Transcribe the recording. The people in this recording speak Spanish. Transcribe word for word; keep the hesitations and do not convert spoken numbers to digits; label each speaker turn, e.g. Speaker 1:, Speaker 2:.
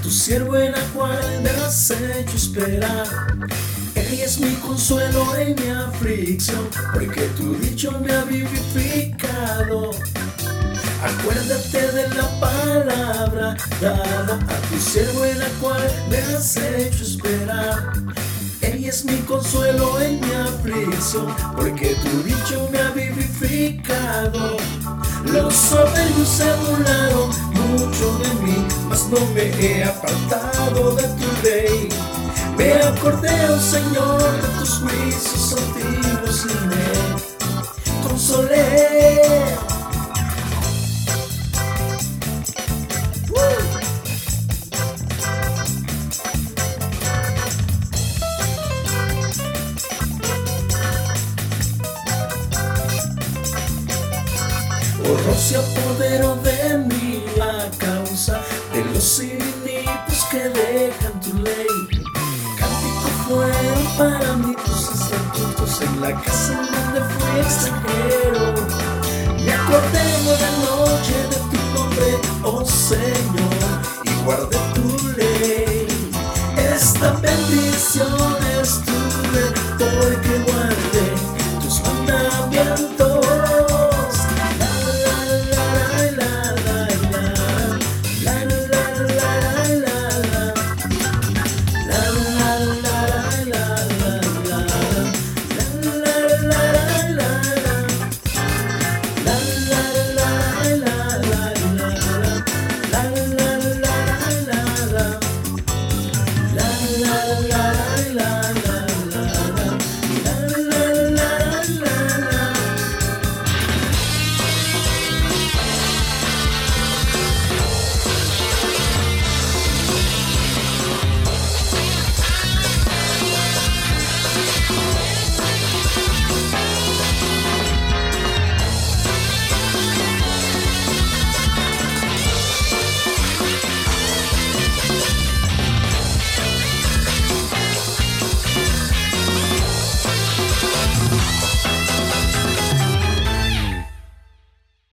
Speaker 1: tu siervo en la cual me has hecho esperar. Ella es mi consuelo en mi aflicción, porque tu dicho me ha vivificado. Acuérdate de la palabra dada a tu siervo en la cual me has hecho esperar. Ella es mi consuelo en mi aflicción, porque tu dicho me ha vivificado. Los soberbios se burlaron mucho de mí, mas no me he apartado de tu ley. Me acordé, oh Señor, de tus juicios antiguos y me consolé. Horror se apoderó de mí la causa de los infinitos que dejan tu ley. Cántico fueron para mí tus estatutos en la casa en donde fui extranjero. Me acordé de la noche de tu nombre, oh Señor.